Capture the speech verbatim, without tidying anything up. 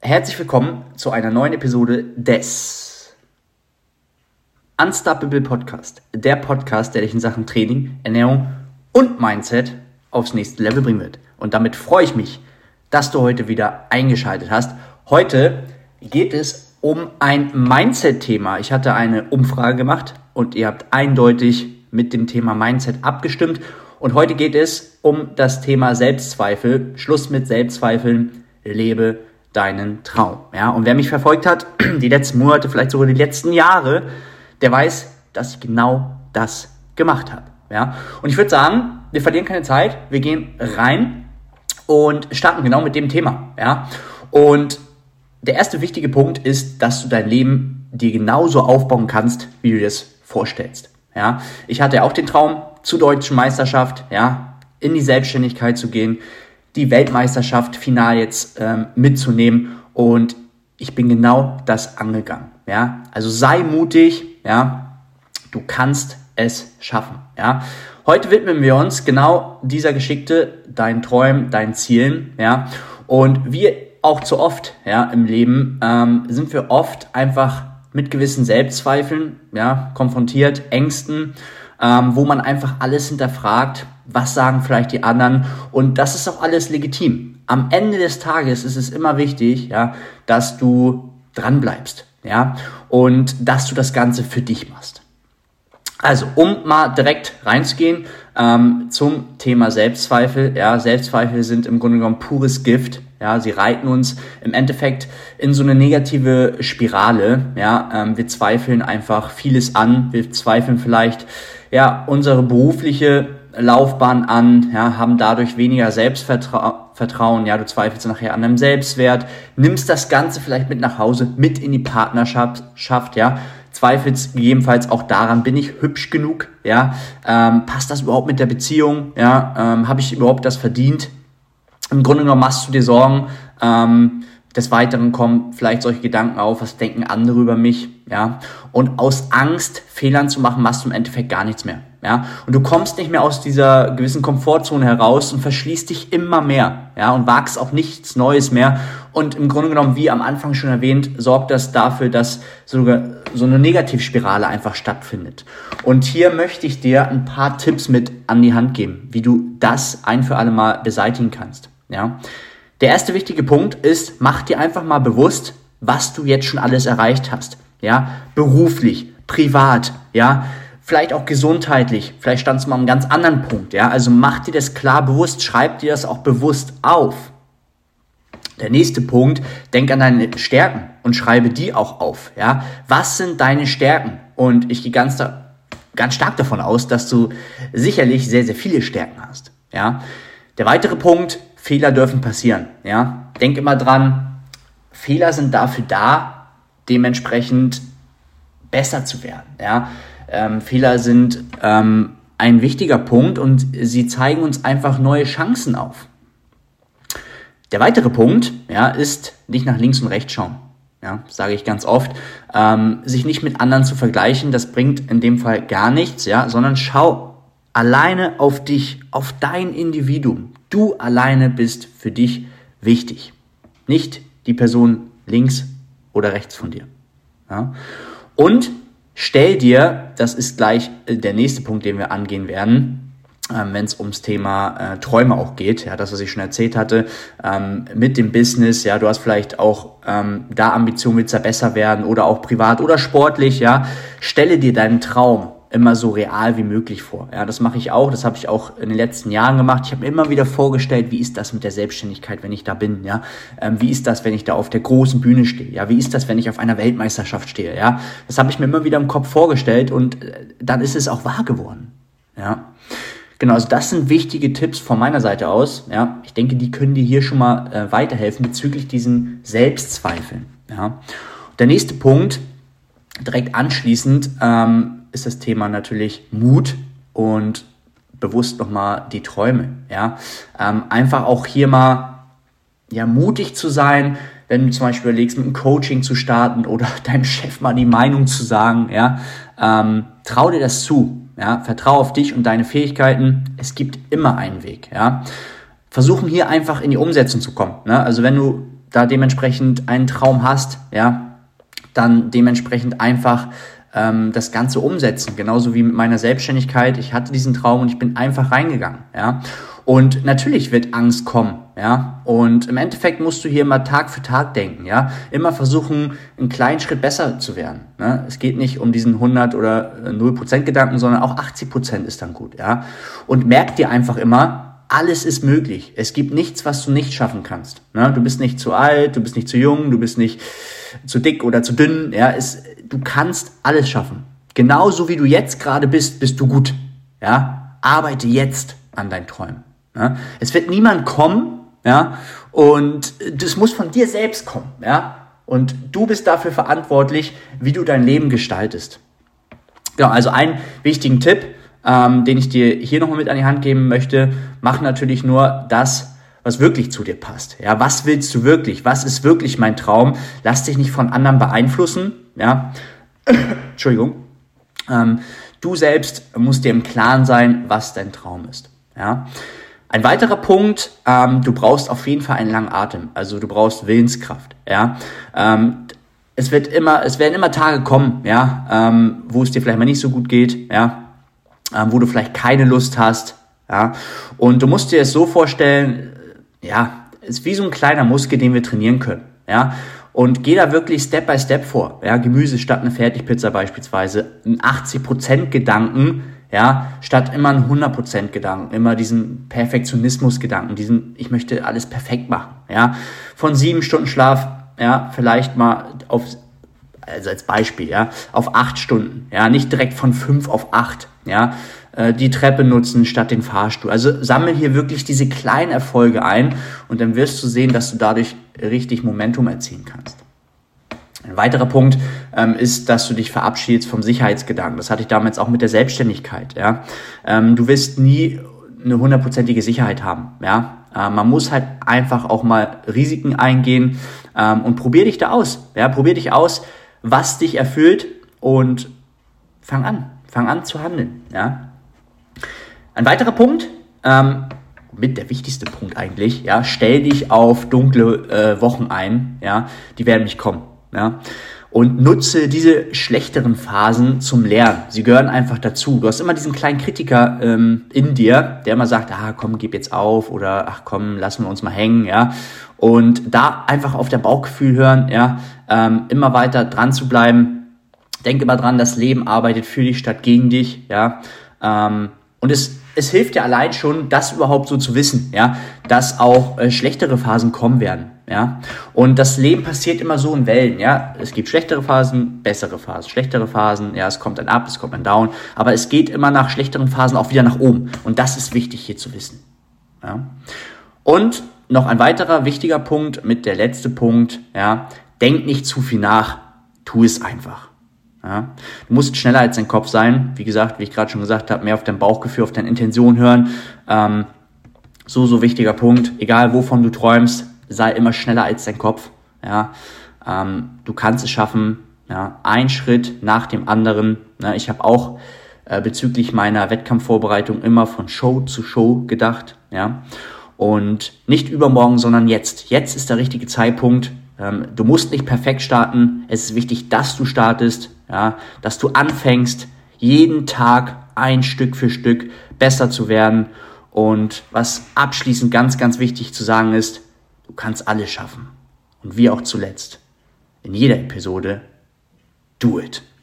Herzlich willkommen zu einer neuen Episode des Unstoppable Podcast. Der Podcast, der dich in Sachen Training, Ernährung und Mindset aufs nächste Level bringen wird. Und damit freue ich mich, dass du heute wieder eingeschaltet hast. Heute geht es um ein Mindset-Thema. Ich hatte eine Umfrage gemacht und ihr habt eindeutig mit dem Thema Mindset abgestimmt. Und heute geht es um das Thema Selbstzweifel. Schluss mit Selbstzweifeln, lebe deinen Traum. Ja, und wer mich verfolgt hat, die letzten Monate, vielleicht sogar die letzten Jahre, der weiß, dass ich genau das gemacht habe. Ja, und ich würde sagen, wir verlieren keine Zeit, wir gehen rein und starten genau mit dem Thema. Ja, und der erste wichtige Punkt ist, dass du dein Leben dir genauso aufbauen kannst, wie du dir das vorstellst. Ja, ich hatte auch den Traum, zur deutschen Meisterschaft, ja, in die Selbstständigkeit zu gehen, die Weltmeisterschaft final jetzt ähm, mitzunehmen, und ich bin genau das angegangen. Ja, also sei mutig, ja, du kannst es schaffen. Ja, heute widmen wir uns genau dieser Geschichte, deinen Träumen, deinen Zielen, ja, und wir auch zu oft, ja, im Leben ähm, sind wir oft einfach mit gewissen Selbstzweifeln, ja, konfrontiert, Ängsten, ähm, wo man einfach alles hinterfragt, was sagen vielleicht die anderen, und das ist auch alles legitim. Am Ende des Tages ist es immer wichtig, ja, dass du dran bleibst, ja, und dass du das Ganze für dich machst. Also, um mal direkt reinzugehen ähm, zum Thema Selbstzweifel. Ja, Selbstzweifel sind im Grunde genommen pures Gift. Ja, sie reiten uns im Endeffekt in so eine negative Spirale. Ja, ähm, wir zweifeln einfach vieles an. Wir zweifeln vielleicht ja unsere berufliche Laufbahn an. Ja, haben dadurch weniger Selbstvertrauen. Ja, du zweifelst nachher an deinem Selbstwert. Nimmst das Ganze vielleicht mit nach Hause, mit in die Partnerschaft. Ja. Zweifelst gegebenenfalls auch daran, bin ich hübsch genug, ja, ähm, passt das überhaupt mit der Beziehung, ja, ähm, habe ich überhaupt das verdient? Im Grunde genommen machst du dir Sorgen, ähm, des Weiteren kommen vielleicht solche Gedanken auf, was denken andere über mich, ja, und aus Angst, Fehlern zu machen, machst du im Endeffekt gar nichts mehr, ja, und du kommst nicht mehr aus dieser gewissen Komfortzone heraus und verschließt dich immer mehr, ja, und wagst auch nichts Neues mehr, und im Grunde genommen, wie am Anfang schon erwähnt, sorgt das dafür, dass sogar so eine Negativspirale einfach stattfindet. Und hier möchte ich dir ein paar Tipps mit an die Hand geben, wie du das ein für alle Mal beseitigen kannst, ja. Der erste wichtige Punkt ist, mach dir einfach mal bewusst, was du jetzt schon alles erreicht hast. Ja, beruflich, privat, ja, vielleicht auch gesundheitlich, vielleicht standst du mal an einem ganz anderen Punkt, ja. Also mach dir das klar bewusst, schreib dir das auch bewusst auf. Der nächste Punkt, denk an deine Stärken und schreibe die auch auf, ja. Was sind deine Stärken? Und ich gehe ganz, da, ganz stark davon aus, dass du sicherlich sehr, sehr viele Stärken hast, ja. Der weitere Punkt, Fehler dürfen passieren, ja. Denk immer dran, Fehler sind dafür da, dementsprechend besser zu werden, ja. Ähm, Fehler sind ähm, ein wichtiger Punkt und sie zeigen uns einfach neue Chancen auf. Der weitere Punkt, ja, ist nicht nach links und rechts schauen, ja, sage ich ganz oft, ähm, sich nicht mit anderen zu vergleichen, das bringt in dem Fall gar nichts, ja, sondern schau alleine auf dich, auf dein Individuum. Du alleine bist für dich wichtig, nicht die Person links oder rechts von dir. Ja? Und stell dir, das ist gleich der nächste Punkt, den wir angehen werden, ähm, wenn es ums Thema äh, Träume auch geht, ja, das, was ich schon erzählt hatte, ähm, mit dem Business, ja, du hast vielleicht auch ähm, da Ambitionen, willst da besser werden oder auch privat oder sportlich, ja, stelle dir deinen Traum immer so real wie möglich vor. Ja, das mache ich auch, das habe ich auch in den letzten Jahren gemacht. Ich habe mir immer wieder vorgestellt, wie ist das mit der Selbstständigkeit, wenn ich da bin, ja? Ähm, wie ist das, wenn ich da auf der großen Bühne stehe? Ja, wie ist das, wenn ich auf einer Weltmeisterschaft stehe? Ja, das habe ich mir immer wieder im Kopf vorgestellt, und äh, dann ist es auch wahr geworden. Ja, genau, also das sind wichtige Tipps von meiner Seite aus. Ja, ich denke, die können dir hier schon mal äh, weiterhelfen bezüglich diesen Selbstzweifeln. Ja, der nächste Punkt, direkt anschließend, ähm, ist das Thema natürlich Mut und bewusst nochmal die Träume, ja, ähm, einfach auch hier mal, ja, mutig zu sein, wenn du zum Beispiel überlegst, mit einem Coaching zu starten oder deinem Chef mal die Meinung zu sagen, ja, ähm, trau dir das zu, ja, vertrau auf dich und deine Fähigkeiten, es gibt immer einen Weg, ja, versuchen hier einfach in die Umsetzung zu kommen, ne? Also wenn du da dementsprechend einen Traum hast, ja, dann dementsprechend einfach ähm, das Ganze umsetzen. Genauso wie mit meiner Selbstständigkeit. Ich hatte diesen Traum und ich bin einfach reingegangen, ja. Und natürlich wird Angst kommen, ja. Und im Endeffekt musst du hier immer Tag für Tag denken, ja. Immer versuchen, einen kleinen Schritt besser zu werden, ne? Es geht nicht um diesen hundert oder null Prozent Gedanken, sondern auch achtzig Prozent ist dann gut, ja. Und merk dir einfach immer, alles ist möglich. Es gibt nichts, was du nicht schaffen kannst, ne? Du bist nicht zu alt, du bist nicht zu jung, du bist nicht zu dick oder zu dünn, ja. Es, du kannst alles schaffen. Genauso wie du jetzt gerade bist, bist du gut, ja. Arbeite jetzt an deinen Träumen. Ja, es wird niemand kommen, ja, und das muss von dir selbst kommen, ja, und du bist dafür verantwortlich, wie du dein Leben gestaltest. Genau, also einen wichtigen Tipp, ähm, den ich dir hier nochmal mit an die Hand geben möchte: Mach natürlich nur das, was wirklich zu dir passt. Ja, was willst du wirklich? Was ist wirklich mein Traum? Lass dich nicht von anderen beeinflussen, ja. Entschuldigung. Ähm, du selbst musst dir im Klaren sein, was dein Traum ist, ja. Ein weiterer Punkt, ähm, du brauchst auf jeden Fall einen langen Atem, also du brauchst Willenskraft, ja. Ähm, es wird immer, es werden immer Tage kommen, ja, ähm, wo es dir vielleicht mal nicht so gut geht, ja, ähm, wo du vielleicht keine Lust hast, ja. Und du musst dir es so vorstellen, ja, es ist wie so ein kleiner Muskel, den wir trainieren können, ja. Und geh da wirklich Step by Step vor, ja. Gemüse statt eine Fertigpizza beispielsweise, ein achtzig Prozent Gedanken, ja, statt immer einen hundert Prozent Gedanken, immer diesen Perfektionismus-Gedanken, diesen, ich möchte alles perfekt machen, ja. Von sieben Stunden Schlaf, ja, vielleicht mal auf, also als Beispiel, ja, auf acht Stunden, ja, nicht direkt von fünf auf acht, ja, äh, die Treppe nutzen statt den Fahrstuhl. Also sammel hier wirklich diese kleinen Erfolge ein und dann wirst du sehen, dass du dadurch richtig Momentum erzielen kannst. Ein weiterer Punkt ähm, ist, dass du dich verabschiedest vom Sicherheitsgedanken. Das hatte ich damals auch mit der Selbstständigkeit. Ja, ähm, du wirst nie eine hundertprozentige Sicherheit haben. Ja, äh, man muss halt einfach auch mal Risiken eingehen ähm, und probier dich da aus. Ja, probier dich aus, was dich erfüllt und fang an, fang an zu handeln. Ja, ein weiterer Punkt. Ähm, mit der wichtigste Punkt eigentlich. Ja, stell dich auf dunkle äh, Wochen ein. Ja, die werden nicht kommen. Ja, und nutze diese schlechteren Phasen zum Lernen. Sie gehören einfach dazu. Du hast immer diesen kleinen Kritiker ähm, in dir, der immer sagt, ah, komm, gib jetzt auf, oder ach komm, lassen wir uns mal hängen, ja. Und da einfach auf dein Bauchgefühl hören, ja, ähm, immer weiter dran zu bleiben. Denk immer dran, das Leben arbeitet für dich statt gegen dich, ja. Ähm, und es es hilft ja allein schon, das überhaupt so zu wissen, ja, dass auch äh, schlechtere Phasen kommen werden, ja. Und das Leben passiert immer so in Wellen, ja. Es gibt schlechtere Phasen, bessere Phasen, schlechtere Phasen, ja, es kommt ein Up, es kommt ein Down, aber es geht immer nach schlechteren Phasen auch wieder nach oben. Und das ist wichtig hier zu wissen, ja. Und noch ein weiterer wichtiger Punkt, mit der letzte Punkt, ja, denk nicht zu viel nach, tu es einfach. Ja, du musst schneller als dein Kopf sein. Wie gesagt, wie ich gerade schon gesagt habe, mehr auf dein Bauchgefühl, auf deine Intention hören. Ähm, so, so wichtiger Punkt. Egal, wovon du träumst, sei immer schneller als dein Kopf. Ja, ähm, du kannst es schaffen. Ja, ein Schritt nach dem anderen. Ja, ich habe auch äh, bezüglich meiner Wettkampfvorbereitung immer von Show zu Show gedacht. Ja, und nicht übermorgen, sondern jetzt. Jetzt ist der richtige Zeitpunkt. Ähm, du musst nicht perfekt starten. Es ist wichtig, dass du startest. Ja, dass du anfängst, jeden Tag ein Stück für Stück besser zu werden. Und was abschließend ganz, ganz wichtig zu sagen ist, du kannst alles schaffen. Und wie auch zuletzt, in jeder Episode, do it.